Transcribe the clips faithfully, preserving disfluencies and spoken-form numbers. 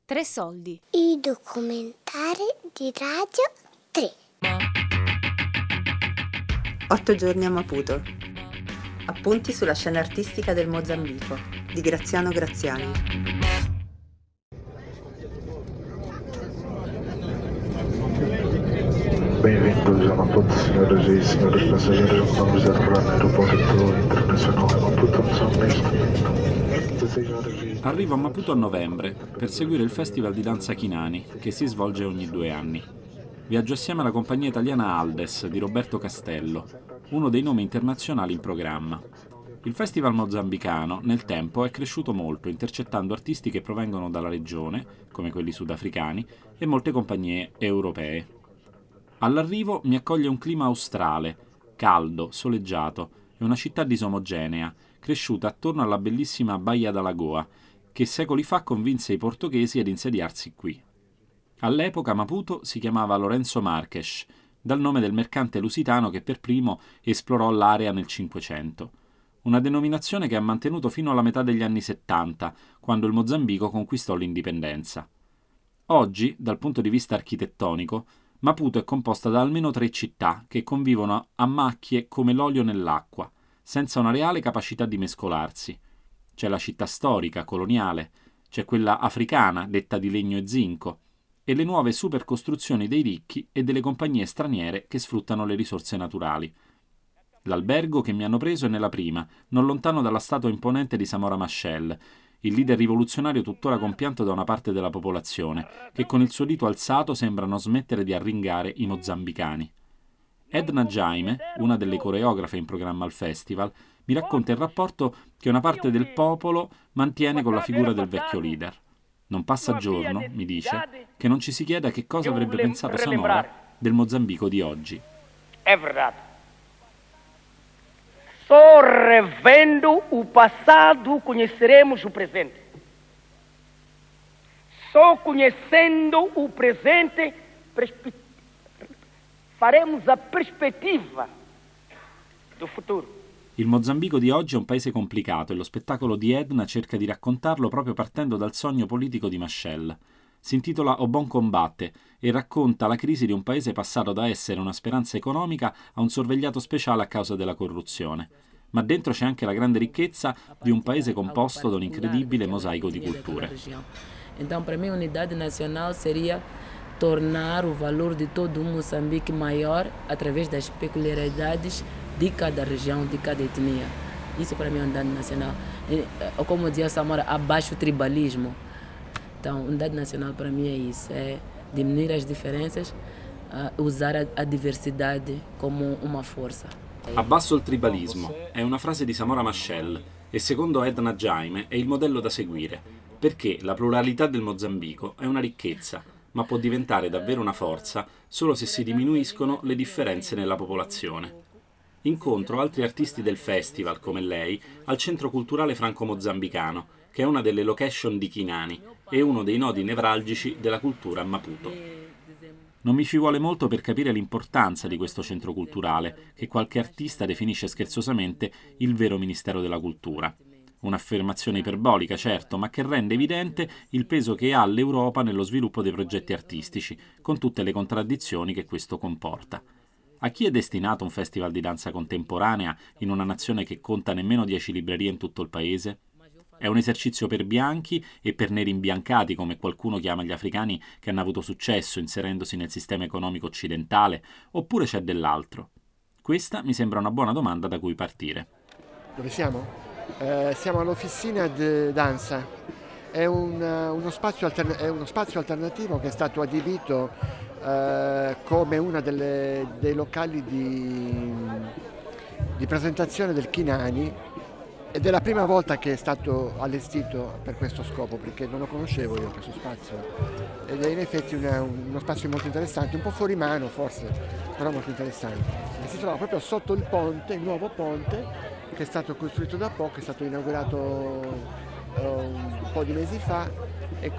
Tre soldi. I documentari di Radio tre. Otto giorni a Maputo. Appunti sulla scena artistica del Mozambico di Graziano Graziani. Bem-vindos a Maputo, senhoras e senhores passageiros. Vamos aterrar no aeroporto internazionale Maputo, Moçambique. Arrivo a Maputo a novembre per seguire il Festival di danza Chinani, che si svolge ogni due anni. Viaggio assieme alla compagnia italiana Aldes di Roberto Castello, uno dei nomi internazionali in programma. Il festival mozambicano nel tempo è cresciuto molto, intercettando artisti che provengono dalla regione, come quelli sudafricani, e molte compagnie europee. All'arrivo mi accoglie un clima australe, caldo, soleggiato, e una città disomogenea, cresciuta attorno alla bellissima Baía da Lagoa, che secoli fa convinse i portoghesi ad insediarsi qui. All'epoca Maputo si chiamava Lourenço Marques, dal nome del mercante lusitano che per primo esplorò l'area nel Cinquecento. Una denominazione che ha mantenuto fino alla metà degli anni settanta, quando il Mozambico conquistò l'indipendenza. Oggi, dal punto di vista architettonico, Maputo è composta da almeno tre città che convivono a macchie come l'olio nell'acqua, senza una reale capacità di mescolarsi. C'è la città storica, coloniale, c'è quella africana, detta di legno e zinco, e le nuove supercostruzioni dei ricchi e delle compagnie straniere che sfruttano le risorse naturali. L'albergo che mi hanno preso è nella prima, non lontano dalla statua imponente di Samora Machel, il leader rivoluzionario tuttora compianto da una parte della popolazione, che con il suo dito alzato sembra non smettere di arringare i mozambicani. Edna Jaime, una delle coreografe in programma al festival, mi racconta il rapporto che una parte del popolo mantiene con la figura del vecchio leader. Non passa giorno, mi dice, che non ci si chieda che cosa avrebbe pensato Samora del Mozambico di oggi. È verdade. Só revendo o passado conheceremos o presente. Só conhecendo o presente perspe- faremos a perspectiva do futuro. Il Mozambico di oggi è un paese complicato e lo spettacolo di Edna cerca di raccontarlo proprio partendo dal sogno politico di Machel. Si intitola O Bon Combatte e racconta la crisi di un paese passato da essere una speranza economica a un sorvegliato speciale a causa della corruzione. Ma dentro c'è anche la grande ricchezza di un paese composto da un incredibile mosaico di culture. Então, para mim, unidade nacional seria tornar o valor de todo um Moçambique maior através das peculiaridades de cada região, de cada etnia. Isso para mim é unidade nacional. Ou como dizia Samora, abaixo o tribalismo. Então, unidade nacional para mim é isso, é diminuir as diferenças, uh, usar a, a diversidade como uma força. Abbasso il tribalismo è una frase di Samora Machel e secondo Edna Jaime è il modello da seguire, perché la pluralità del Mozambico è una ricchezza, ma può diventare davvero una forza solo se si diminuiscono le differenze nella popolazione. Incontro altri artisti del festival, come lei, al Centro Culturale Franco-Mozambicano, che è una delle location di Chinani e uno dei nodi nevralgici della cultura a Maputo. Non mi ci vuole molto per capire l'importanza di questo centro culturale, che qualche artista definisce scherzosamente il vero Ministero della Cultura. Un'affermazione iperbolica, certo, ma che rende evidente il peso che ha l'Europa nello sviluppo dei progetti artistici, con tutte le contraddizioni che questo comporta. A chi è destinato un festival di danza contemporanea in una nazione che conta nemmeno dieci librerie in tutto il paese? È un esercizio per bianchi e per neri imbiancati, come qualcuno chiama gli africani che hanno avuto successo inserendosi nel sistema economico occidentale, oppure c'è dell'altro? Questa mi sembra una buona domanda da cui partire. Dove siamo? Eh, siamo all'Officina di Danza. È, un, uno spazio altern- è uno spazio alternativo che è stato adibito eh, come uno dei locali di, di presentazione del Chinani. Ed è la prima volta che è stato allestito per questo scopo, perché non lo conoscevo io questo spazio. Ed è in effetti una, uno spazio molto interessante, un po' fuori mano forse, però molto interessante. E si trova proprio sotto il ponte, il nuovo ponte, che è stato costruito da poco, è stato inaugurato uh, un po' di mesi fa, e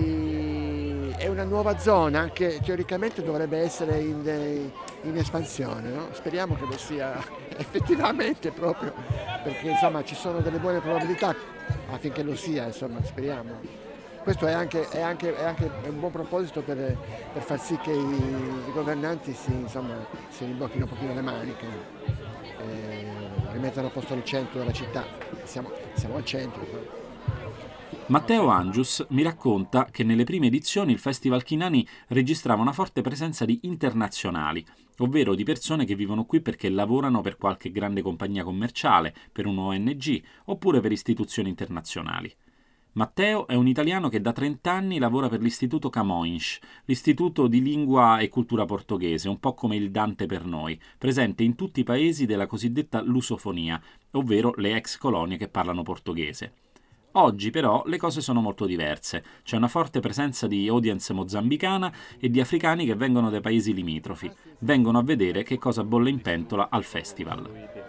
quindi è una nuova zona che teoricamente dovrebbe essere in, in espansione, no? Speriamo che lo sia effettivamente proprio, perché insomma ci sono delle buone probabilità affinché lo sia, insomma, speriamo. questo è anche, è anche, è anche un buon proposito per, per far sì che i, i governanti si, insomma, si rimbocchino un pochino le maniche, eh, rimettano a posto il centro della città. Siamo, siamo al centro. Matteo Angius mi racconta che nelle prime edizioni il Festival Chinani registrava una forte presenza di internazionali, ovvero di persone che vivono qui perché lavorano per qualche grande compagnia commerciale, per un O N G oppure per istituzioni internazionali. Matteo è un italiano che da trenta anni lavora per l'Istituto Camões, l'istituto di lingua e cultura portoghese, un po' come il Dante per noi, presente in tutti i paesi della cosiddetta lusofonia, ovvero le ex colonie che parlano portoghese. Oggi però le cose sono molto diverse, c'è una forte presenza di audience mozambicana e di africani che vengono dai paesi limitrofi, vengono a vedere che cosa bolle in pentola al festival.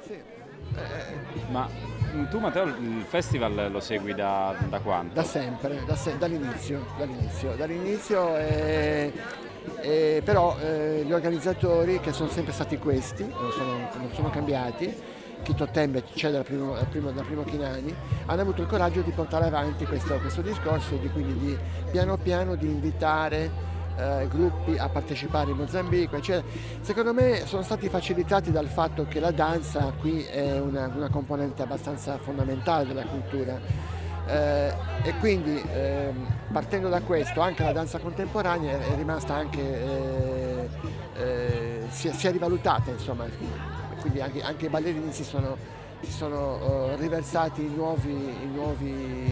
Ma tu Matteo il festival lo segui da, da quanto? Da sempre, da se- dall'inizio, dall'inizio, dall'inizio eh, eh, però eh, gli organizzatori, che sono sempre stati questi, non sono, non sono cambiati, Chito Tembe c'è dal primo, dal primo, dal primo Chinani, hanno avuto il coraggio di portare avanti questo, questo discorso e di, quindi di piano piano di invitare eh, gruppi a partecipare in Mozambico, eccetera. Secondo me sono stati facilitati dal fatto che la danza qui è una, una componente abbastanza fondamentale della cultura eh, e quindi eh, partendo da questo anche la danza contemporanea è rimasta anche, eh, eh, si, è, si è rivalutata, insomma. Quindi anche, anche i ballerini si sono, si sono uh, riversati in nuovi, in, nuovi,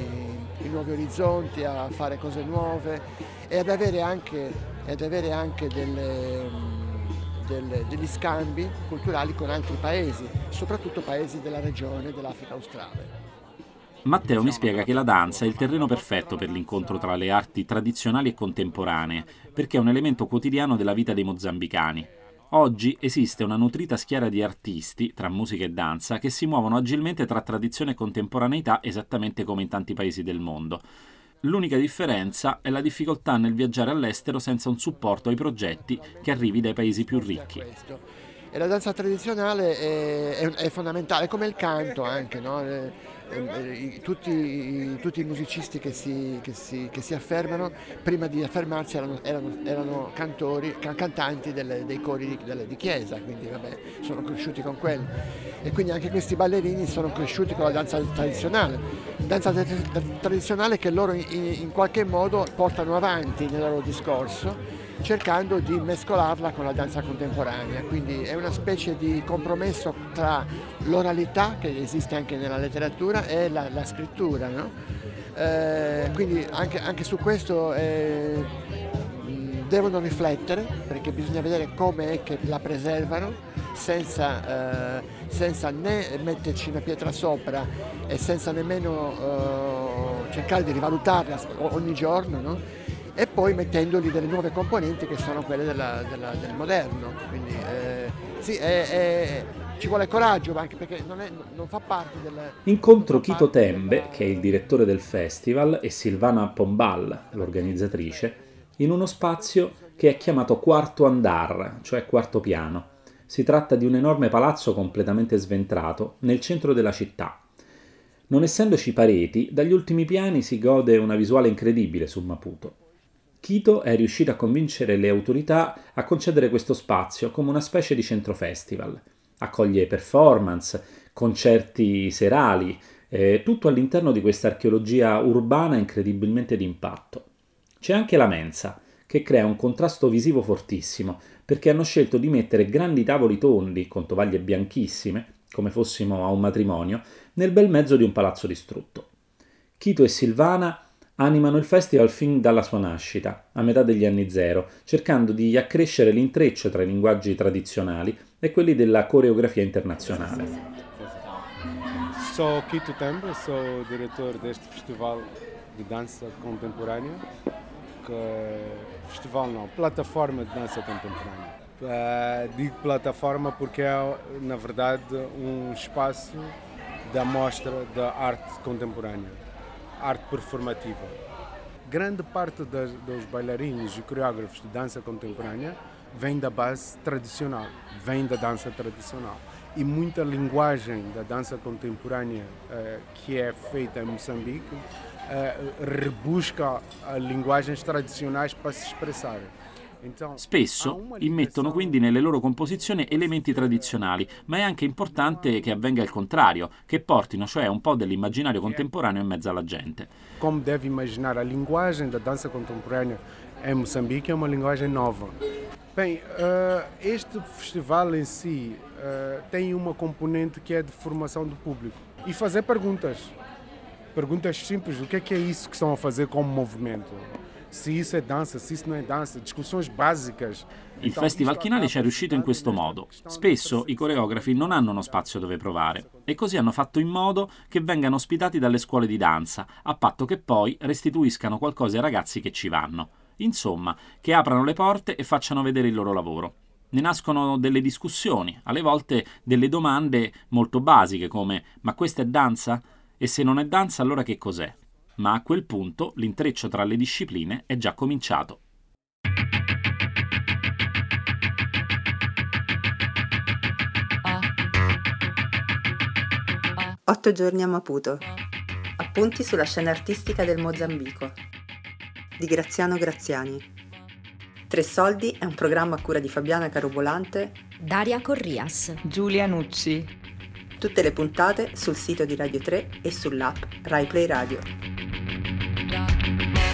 in nuovi orizzonti, a fare cose nuove e ad avere anche, ad avere anche delle, delle, degli scambi culturali con altri paesi, soprattutto paesi della regione dell'Africa australe. Matteo mi spiega che la danza è il terreno perfetto per l'incontro tra le arti tradizionali e contemporanee, perché è un elemento quotidiano della vita dei mozambicani. Oggi esiste una nutrita schiera di artisti, tra musica e danza, che si muovono agilmente tra tradizione e contemporaneità esattamente come in tanti paesi del mondo. L'unica differenza è la difficoltà nel viaggiare all'estero senza un supporto ai progetti che arrivi dai paesi più ricchi. E la danza tradizionale è, è, è fondamentale, come il canto anche, no? E, e, tutti, i, tutti i musicisti che si, che, si, che si affermano, prima di affermarsi erano, erano, erano cantori, can, cantanti delle, dei cori di, delle, di chiesa, quindi vabbè, sono cresciuti con quello. E quindi anche questi ballerini sono cresciuti con la danza tradizionale, danza tradizionale che loro in, in qualche modo portano avanti nel loro discorso, cercando di mescolarla con la danza contemporanea, quindi è una specie di compromesso tra l'oralità, che esiste anche nella letteratura, e la, la scrittura, no? Eh, quindi anche, anche su questo eh, devono riflettere, perché bisogna vedere come è che la preservano senza, eh, senza né metterci una pietra sopra e senza nemmeno eh, cercare di rivalutarla ogni giorno, no? E poi mettendogli delle nuove componenti che sono quelle della, della, del moderno. Quindi eh, sì, è, è, ci vuole coraggio anche perché non, è, non fa parte del... Incontro Chito Tembe, che è il direttore del festival, e Silvana Pombal, l'organizzatrice, in uno spazio che è chiamato Quarto Andar, cioè quarto piano. Si tratta di un enorme palazzo completamente sventrato nel centro della città. Non essendoci pareti, dagli ultimi piani si gode una visuale incredibile su Maputo. Chito è riuscito a convincere le autorità a concedere questo spazio come una specie di centro festival. Accoglie performance, concerti serali, eh, tutto all'interno di questa archeologia urbana incredibilmente d'impatto. C'è anche la mensa, che crea un contrasto visivo fortissimo, perché hanno scelto di mettere grandi tavoli tondi con tovaglie bianchissime, come fossimo a un matrimonio, nel bel mezzo di un palazzo distrutto. Chito e Silvana animano il festival fin dalla sua nascita, a metà degli anni zero, cercando di accrescere l'intreccio tra i linguaggi tradizionali e quelli della coreografia internazionale. Sou Chito Tembe, sou diretor deste festival de dança contemporânea, que festival não, plataforma de dança contemporânea. Uh, digo plataforma porque é, na verdade, um espaço da mostra da arte contemporânea, arte performativa. Grande parte das, dos bailarinos e coreógrafos de dança contemporânea vem da base tradicional, vem da dança tradicional. e muita linguagem da dança contemporânea uh, que é feita em Moçambique uh, rebusca uh, linguagens tradizionali per si espressare. Spesso immettono quindi nelle loro composizioni elementi tradizionali, ma è anche importante che avvenga il contrario, che portino cioè un po' dell'immaginario contemporaneo in mezzo alla gente. Come deve immaginare, a linguagem da dança contemporânea em Moçambique é uma linguagem nova. Bem, uh, este festival em si uh, tem uma componente que é de formação do público e fazer perguntas. Perguntas simples, o que é que é isso que estão a fazer como movimento? Se isso é dança, se isso não é dança, discussões básicas. Il Festival Chinali ci è riuscito in questo modo. Spesso i coreografi non hanno uno spazio dove provare e così hanno fatto in modo che vengano ospitati dalle scuole di danza, a patto che poi restituiscano qualcosa ai ragazzi che ci vanno. Insomma, che aprano le porte e facciano vedere il loro lavoro. Ne nascono delle discussioni, alle volte delle domande molto basiche come «ma questa è danza? E se non è danza allora che cos'è?» Ma a quel punto l'intreccio tra le discipline è già cominciato. Otto giorni a Maputo. Appunti sulla scena artistica del Mozambico. Di Graziano Graziani. Tre soldi è un programma a cura di Fabiana Carobolante, Daria Corrias, Giulia Nucci. Tutte le puntate sul sito di Radio tre e sull'app Rai Play Radio.